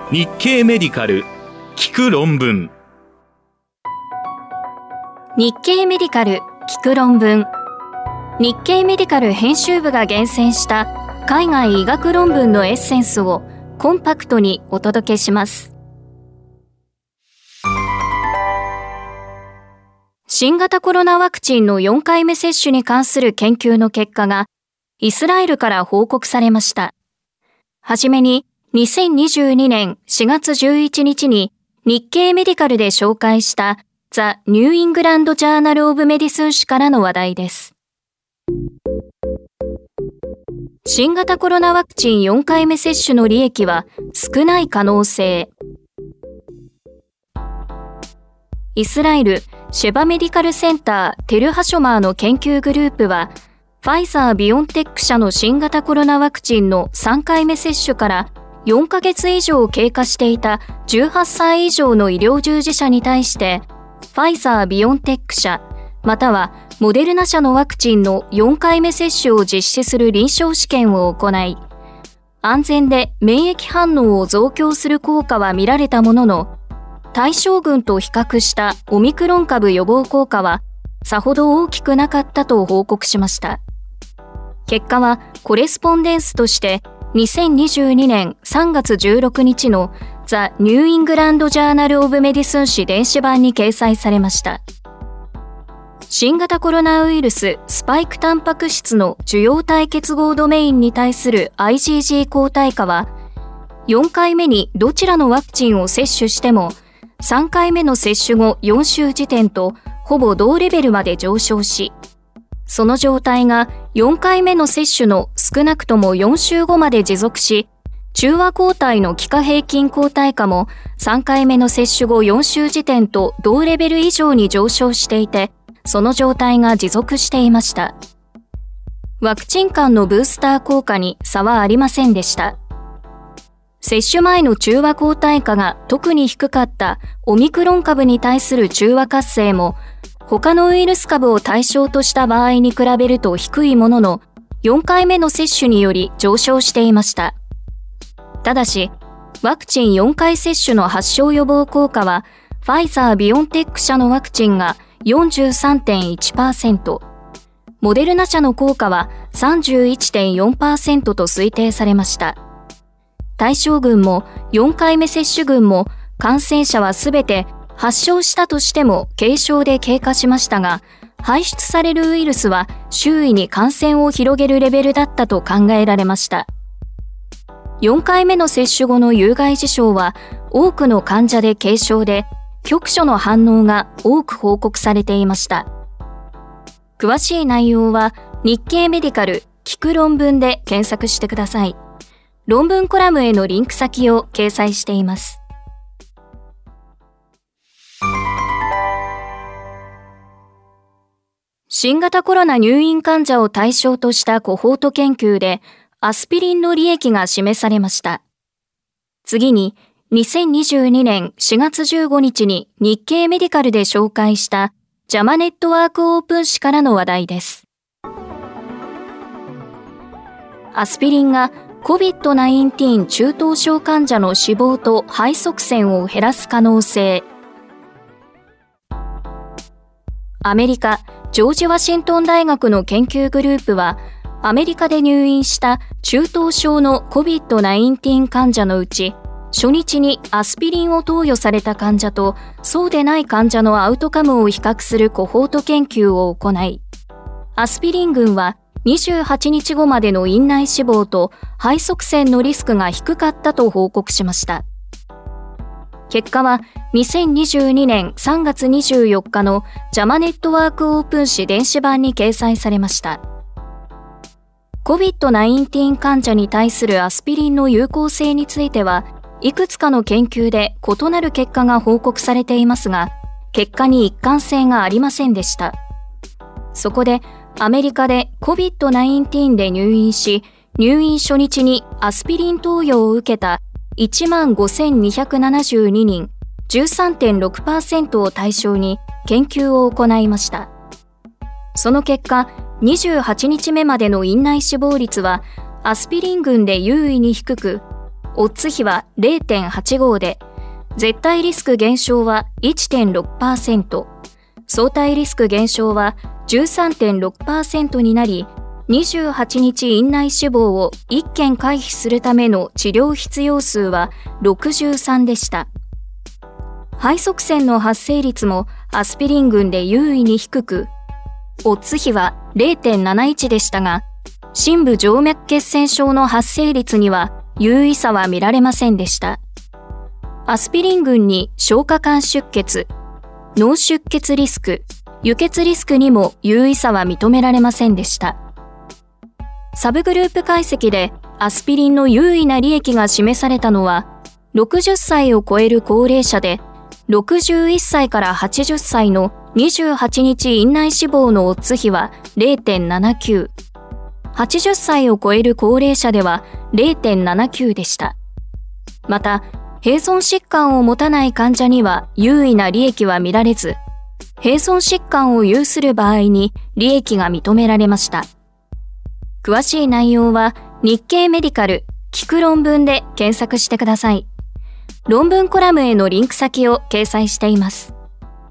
日経メディカル聞く論文。 日経メディカル聞く論文。日経メディカル編集部が厳選した海外医学論文のエッセンスをコンパクトにお届けします。新型コロナワクチンの4回目接種に関する研究の結果がイスラエルから報告されました。はじめに2022年4月11日に日経メディカルで紹介したザ・ニューイングランド・ジャーナル・オブ・メディスン誌からの話題です。新型コロナワクチン4回目接種の利益は少ない可能性。イスラエル・シェバメディカルセンターテルハショマーの研究グループは、ファイザー・ビオンテック社の新型コロナワクチンの3回目接種から4ヶ月以上経過していた18歳以上の医療従事者に対して、ファイザー・ビオンテック社、またはモデルナ社のワクチンの4回目接種を実施する臨床試験を行い、安全で免疫反応を増強する効果は見られたものの、対象群と比較したオミクロン株予防効果はさほど大きくなかったと報告しました。結果はコレスポンデンスとして2022年3月16日のザ・ニューイングランド・ジャーナル・オブ・メディスン誌電子版に掲載されました。新型コロナウイルススパイクタンパク質の受容体結合ドメインに対する IgG 抗体価は、4回目にどちらのワクチンを接種しても、3回目の接種後4週時点とほぼ同レベルまで上昇し、その状態が4回目の接種の少なくとも4週後まで持続し、中和抗体の帰化平均抗体価も3回目の接種後4週時点と同レベル以上に上昇していて、その状態が持続していました。ワクチン間のブースター効果に差はありませんでした。接種前の中和抗体価が特に低かったオミクロン株に対する中和活性も、他のウイルス株を対象とした場合に比べると低いものの、4回目の接種により上昇していました。ただし、ワクチン4回接種の発症予防効果は、ファイザー・ビオンテック社のワクチンが 43.1%、モデルナ社の効果は 31.4% と推定されました。対象群も4回目接種群も感染者はすべて発症したとしても軽症で経過しましたが、排出されるウイルスは周囲に感染を広げるレベルだったと考えられました。4回目の接種後の有害事象は多くの患者で軽症で、局所の反応が多く報告されていました。詳しい内容は日経メディカル聞く論文で検索してください。論文コラムへのリンク先を掲載しています。新型コロナ入院患者を対象としたコホート研究でアスピリンの利益が示されました。次に2022年4月15日に日経メディカルで紹介したJAMAネットワークオープン誌からの話題です。アスピリンがCOVID-19 中等症患者の死亡と肺塞栓を減らす可能性。アメリカ・ジョージ・ワシントン大学の研究グループは、アメリカで入院した中等症の COVID-19 患者のうち、初日にアスピリンを投与された患者とそうでない患者のアウトカムを比較するコホート研究を行い、アスピリン群は28日後までの院内死亡と肺塞栓のリスクが低かったと報告しました。結果は2022年3月24日のJAMAネットワークオープン誌電子版に掲載されました。COVID-19 患者に対するアスピリンの有効性については、いくつかの研究で異なる結果が報告されていますが、結果に一貫性がありませんでした。そこで、アメリカで COVID-19 で入院し、入院初日にアスピリン投与を受けた 15,272 人 13.6% を対象に研究を行いました。その結果、28日目までの院内死亡率はアスピリン群で優位に低く、 オッズ比は 0.85 で、絶対リスク減少は 1.6%、相対リスク減少は 13.6% になり、28日院内死亡を1件回避するための治療必要数は63でした。肺塞栓の発生率もアスピリン群で優位に低く、オッズ比は 0.71 でしたが、深部静脈血栓症の発生率には優位差は見られませんでした。アスピリン群に消化管出血、脳出血リスク、輸血リスクにも優位差は認められませんでした。サブグループ解析でアスピリンの優位な利益が示されたのは、60歳を超える高齢者で、61歳から80歳の28日院内死亡のオッズ比は 0.79、80歳を超える高齢者では 0.79 でした。また、併存疾患を持たない患者には優位な利益は見られず、併存疾患を有する場合に利益が認められました。詳しい内容は日経メディカル聞く論文で検索してください。論文コラムへのリンク先を掲載しています。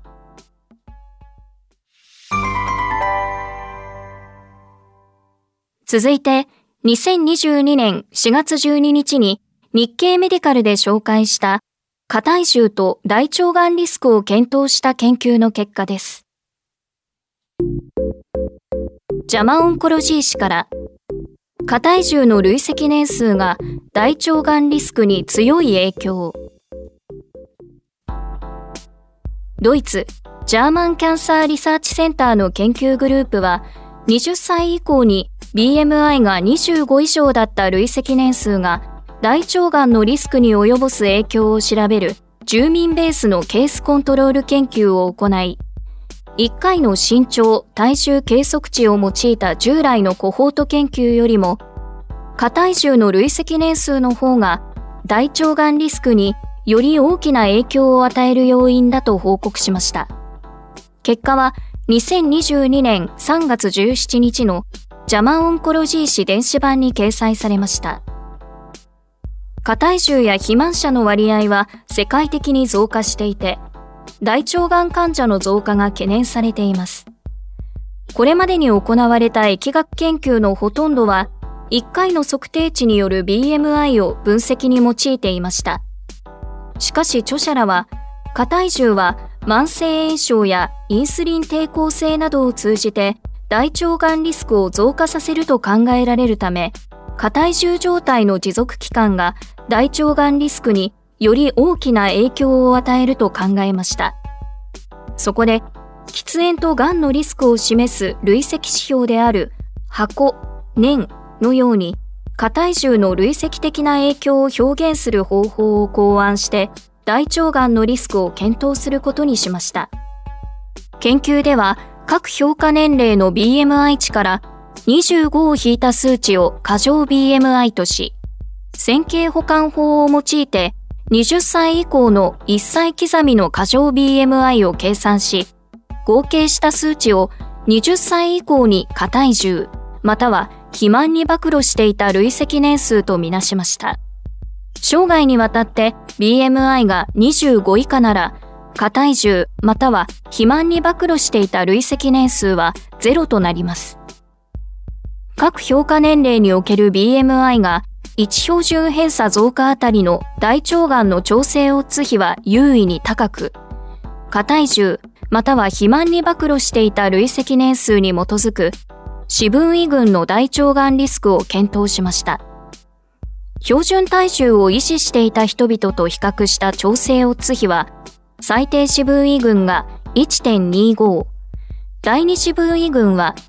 続いて、2022年4月12日に日経メディカルで紹介した過体重と大腸がんリスクを検討した研究の結果です。JAMAオンコロジー誌から、過体重の累積年数が大腸がんリスクに強い影響。ドイツジャーマンキャンサーリサーチセンターの研究グループは、20歳以降に BMI が25以上だった累積年数が大腸がんのリスクに及ぼす影響を調べる住民ベースのケースコントロール研究を行い、1回の身長・体重計測値を用いた従来のコホート研究よりも、過体重の累積年数の方が大腸がんリスクにより大きな影響を与える要因だと報告しました。結果は2022年3月17日のJAMAオンコロジー誌電子版に掲載されました。過体重や肥満者の割合は世界的に増加していて、大腸がん患者の増加が懸念されています。これまでに行われた疫学研究のほとんどは、1回の測定値による BMI を分析に用いていました。しかし著者らは、過体重は慢性炎症やインスリン抵抗性などを通じて大腸がんリスクを増加させると考えられるため、過体重状態の持続期間が大腸がんリスクにより大きな影響を与えると考えました。そこで、喫煙とがんのリスクを示す累積指標である箱、年のように、過体重の累積的な影響を表現する方法を考案して、大腸がんのリスクを検討することにしました。研究では、各評価年齢の BMI 値から25を引いた数値を過剰 BMI とし、線形補完法を用いて、20歳以降の1歳刻みの過剰 BMI を計算し、合計した数値を20歳以降に過体重、または肥満に暴露していた累積年数とみなしました。生涯にわたって BMI が25以下なら、過体重または肥満に暴露していた累積年数は0となります。各評価年齢における BMI が1標準偏差増加あたりの大腸がんの調整オッズ比は優位に高く、過体重または肥満に暴露していた累積年数に基づく四分位群の大腸がんリスクを検討しました。標準体重を維持していた人々と比較した調整オッズ比は、最低四分位群が 1.25、第二四分位群は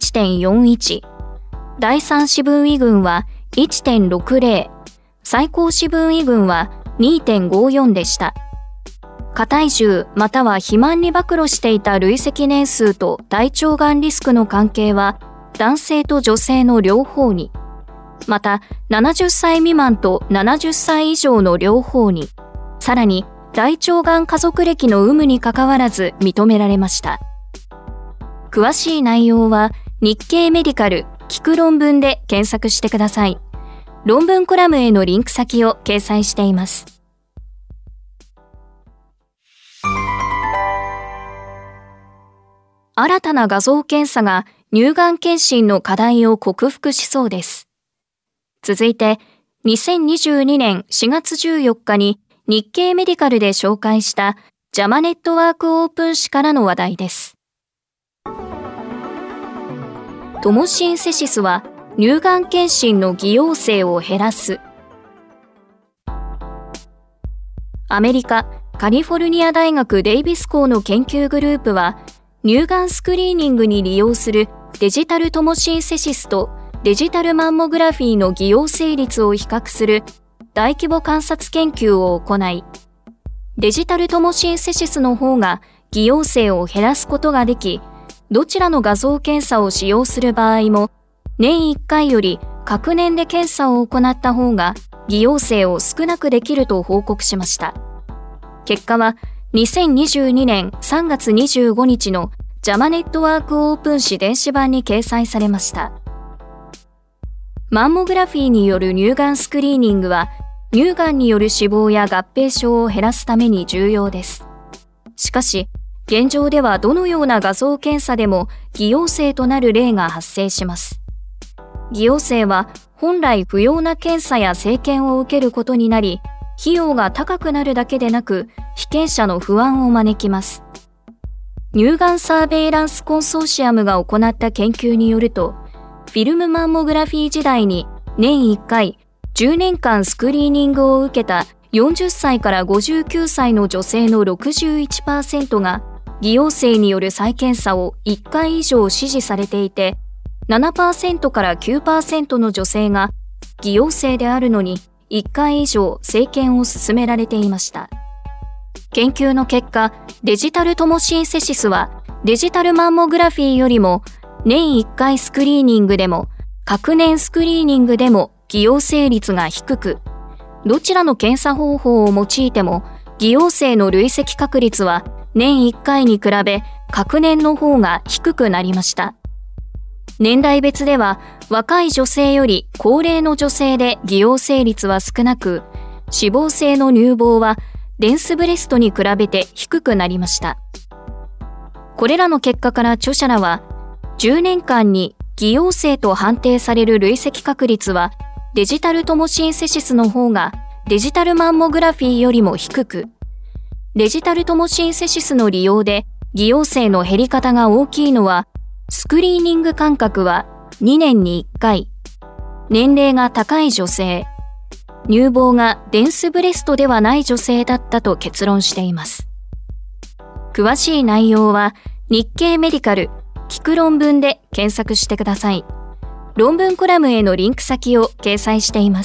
1.41、第三四分位群は 1.60、最高四分位群は 2.54 でした。過体重または肥満に暴露していた累積年数と大腸がんリスクの関係は男性と女性の両方に、また70歳未満と70歳以上の両方に、さらに大腸がん家族歴の有無にかかわらず認められました。詳しい内容は日経メディカル聞く論文で検索してください。 論文コラムへのリンク先を掲載しています。新たな画像検査が乳がん検診の課題を克服しそうです。続いて、2022年4月14日に日経メディカルで紹介したJAMAネットワークオープン誌からの話題です。トモシンセシスは乳がん検診の偽陽性を減らす。アメリカ・カリフォルニア大学デイビス校の研究グループは、乳がんスクリーニングに利用するデジタルトモシンセシスとデジタルマンモグラフィーの偽陽性率を比較する大規模観察研究を行い、デジタルトモシンセシスの方が偽陽性を減らすことができ、どちらの画像検査を使用する場合も、年1回より隔年で検査を行った方が偽陽性を少なくできると報告しました。結果は2022年3月25日のJAMAネットワークオープン誌電子版に掲載されました。マンモグラフィーによる乳がんスクリーニングは、乳がんによる死亡や合併症を減らすために重要です。しかし、現状ではどのような画像検査でも偽陽性となる例が発生します。偽陽性は本来不要な検査や生検を受けることになり、費用が高くなるだけでなく、被験者の不安を招きます。乳がんサーベイランスコンソーシアムが行った研究によると、フィルムマンモグラフィー時代に年1回10年間スクリーニングを受けた40歳から59歳の女性の 61% が偽陽性による再検査を1回以上指示されていて、7% から 9% の女性が偽陽性であるのに1回以上生検を進められていました。研究の結果、デジタルトモシンセシスはデジタルマンモグラフィーよりも年1回スクリーニングでも隔年スクリーニングでも偽陽性率が低く、どちらの検査方法を用いても偽陽性の累積確率は年1回に比べ隔年の方が低くなりました。年代別では若い女性より高齢の女性で偽陽性率は少なく、死亡性の乳房はデンスブレストに比べて低くなりました。これらの結果から著者らは、10年間に偽陽性と判定される累積確率はデジタルトモシンセシスの方がデジタルマンモグラフィーよりも低く、デジタルトモシンセシスの利用で偽陽性の減り方が大きいのは、スクリーニング間隔は2年に1回、年齢が高い女性、乳房がデンスブレストではない女性だったと結論しています。詳しい内容は日経メディカル聞く論文で検索してください。論文コラムへのリンク先を掲載しています。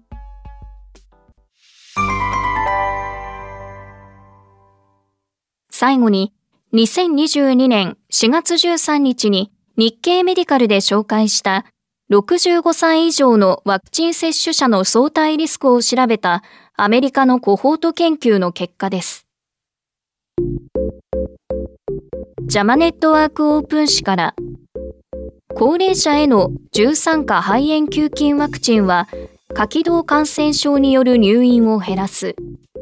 最後に、2022年4月13日に日経メディカルで紹介した65歳以上のワクチン接種者の相対リスクを調べたアメリカのコホート研究の結果です。JAMAネットワークオープン誌から、高齢者への13価肺炎球菌ワクチンは下気道感染症による入院を減らす。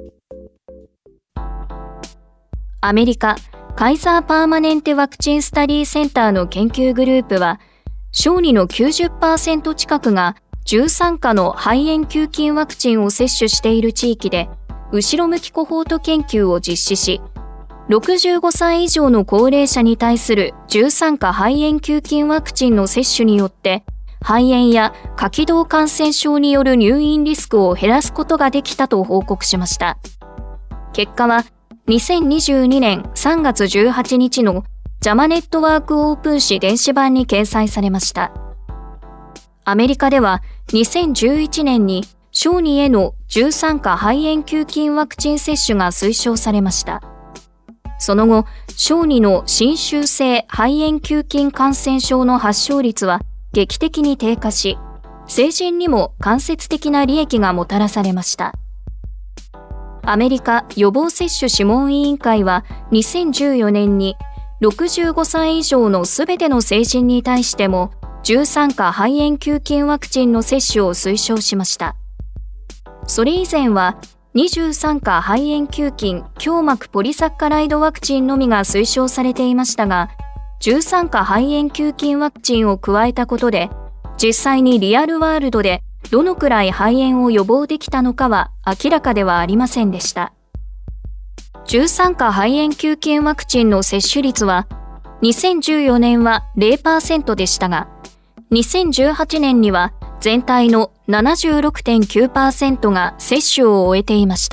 アメリカカイザーパーマネンテワクチンスタディセンターの研究グループは、小児の 90% 近くが13価の肺炎球菌ワクチンを接種している地域で、後ろ向きコホート研究を実施し、65歳以上の高齢者に対する13価肺炎球菌ワクチンの接種によって、肺炎や下気道感染症による入院リスクを減らすことができたと報告しました。結果は、2022年3月18日のJAMAネットワークオープン誌電子版に掲載されました。アメリカでは2011年に小児への13価肺炎球菌ワクチン接種が推奨されました。その後、小児の侵襲性肺炎球菌感染症の発症率は劇的に低下し、成人にも間接的な利益がもたらされました。アメリカ予防接種諮問委員会は2014年に65歳以上のすべての成人に対しても 13価肺炎球菌ワクチンの接種を推奨しました。それ以前は23価肺炎球菌胸膜ポリサッカライドワクチンのみが推奨されていましたが、13価肺炎球菌ワクチンを加えたことで、実際にリアルワールドでどのくらい肺炎を予防できたのかは明らかではありませんでした。13価肺炎球菌ワクチンの接種率は、2014年は 0% でしたが、2018年には全体の 76.9% が接種を終えていました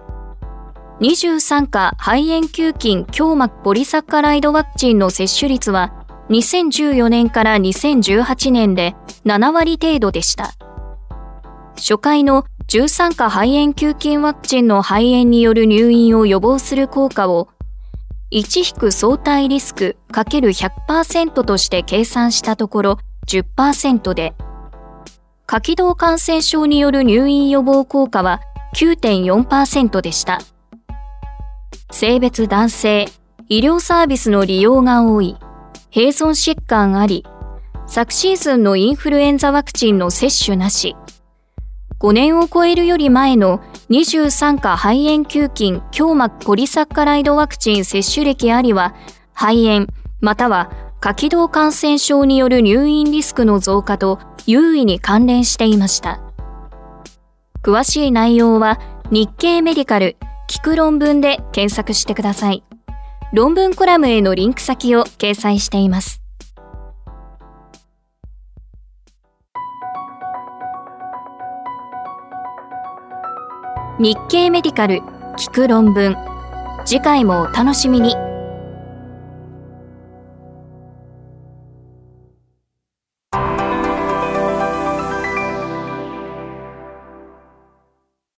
。23価肺炎球菌胸膜ポリサッカライドワクチンの接種率は2014年から2018年で7割程度でした。初回の13価肺炎球菌ワクチンの肺炎による入院を予防する効果を1- 相対リスク ×100% として計算したところ 10% で、下気道感染症による入院予防効果は 9.4% でした。性別男性、医療サービスの利用が多い、併存疾患あり、昨シーズンのインフルエンザワクチンの接種なし、5年を超えるより前の23価肺炎球菌胸膜ポリサッカライドワクチン接種歴ありは、肺炎または下気道感染症による入院リスクの増加と優位に関連していました。詳しい内容は日経メディカル聞く論文で検索してください。論文コラムへのリンク先を掲載しています。日経メディカル聞く論文。次回もお楽しみに。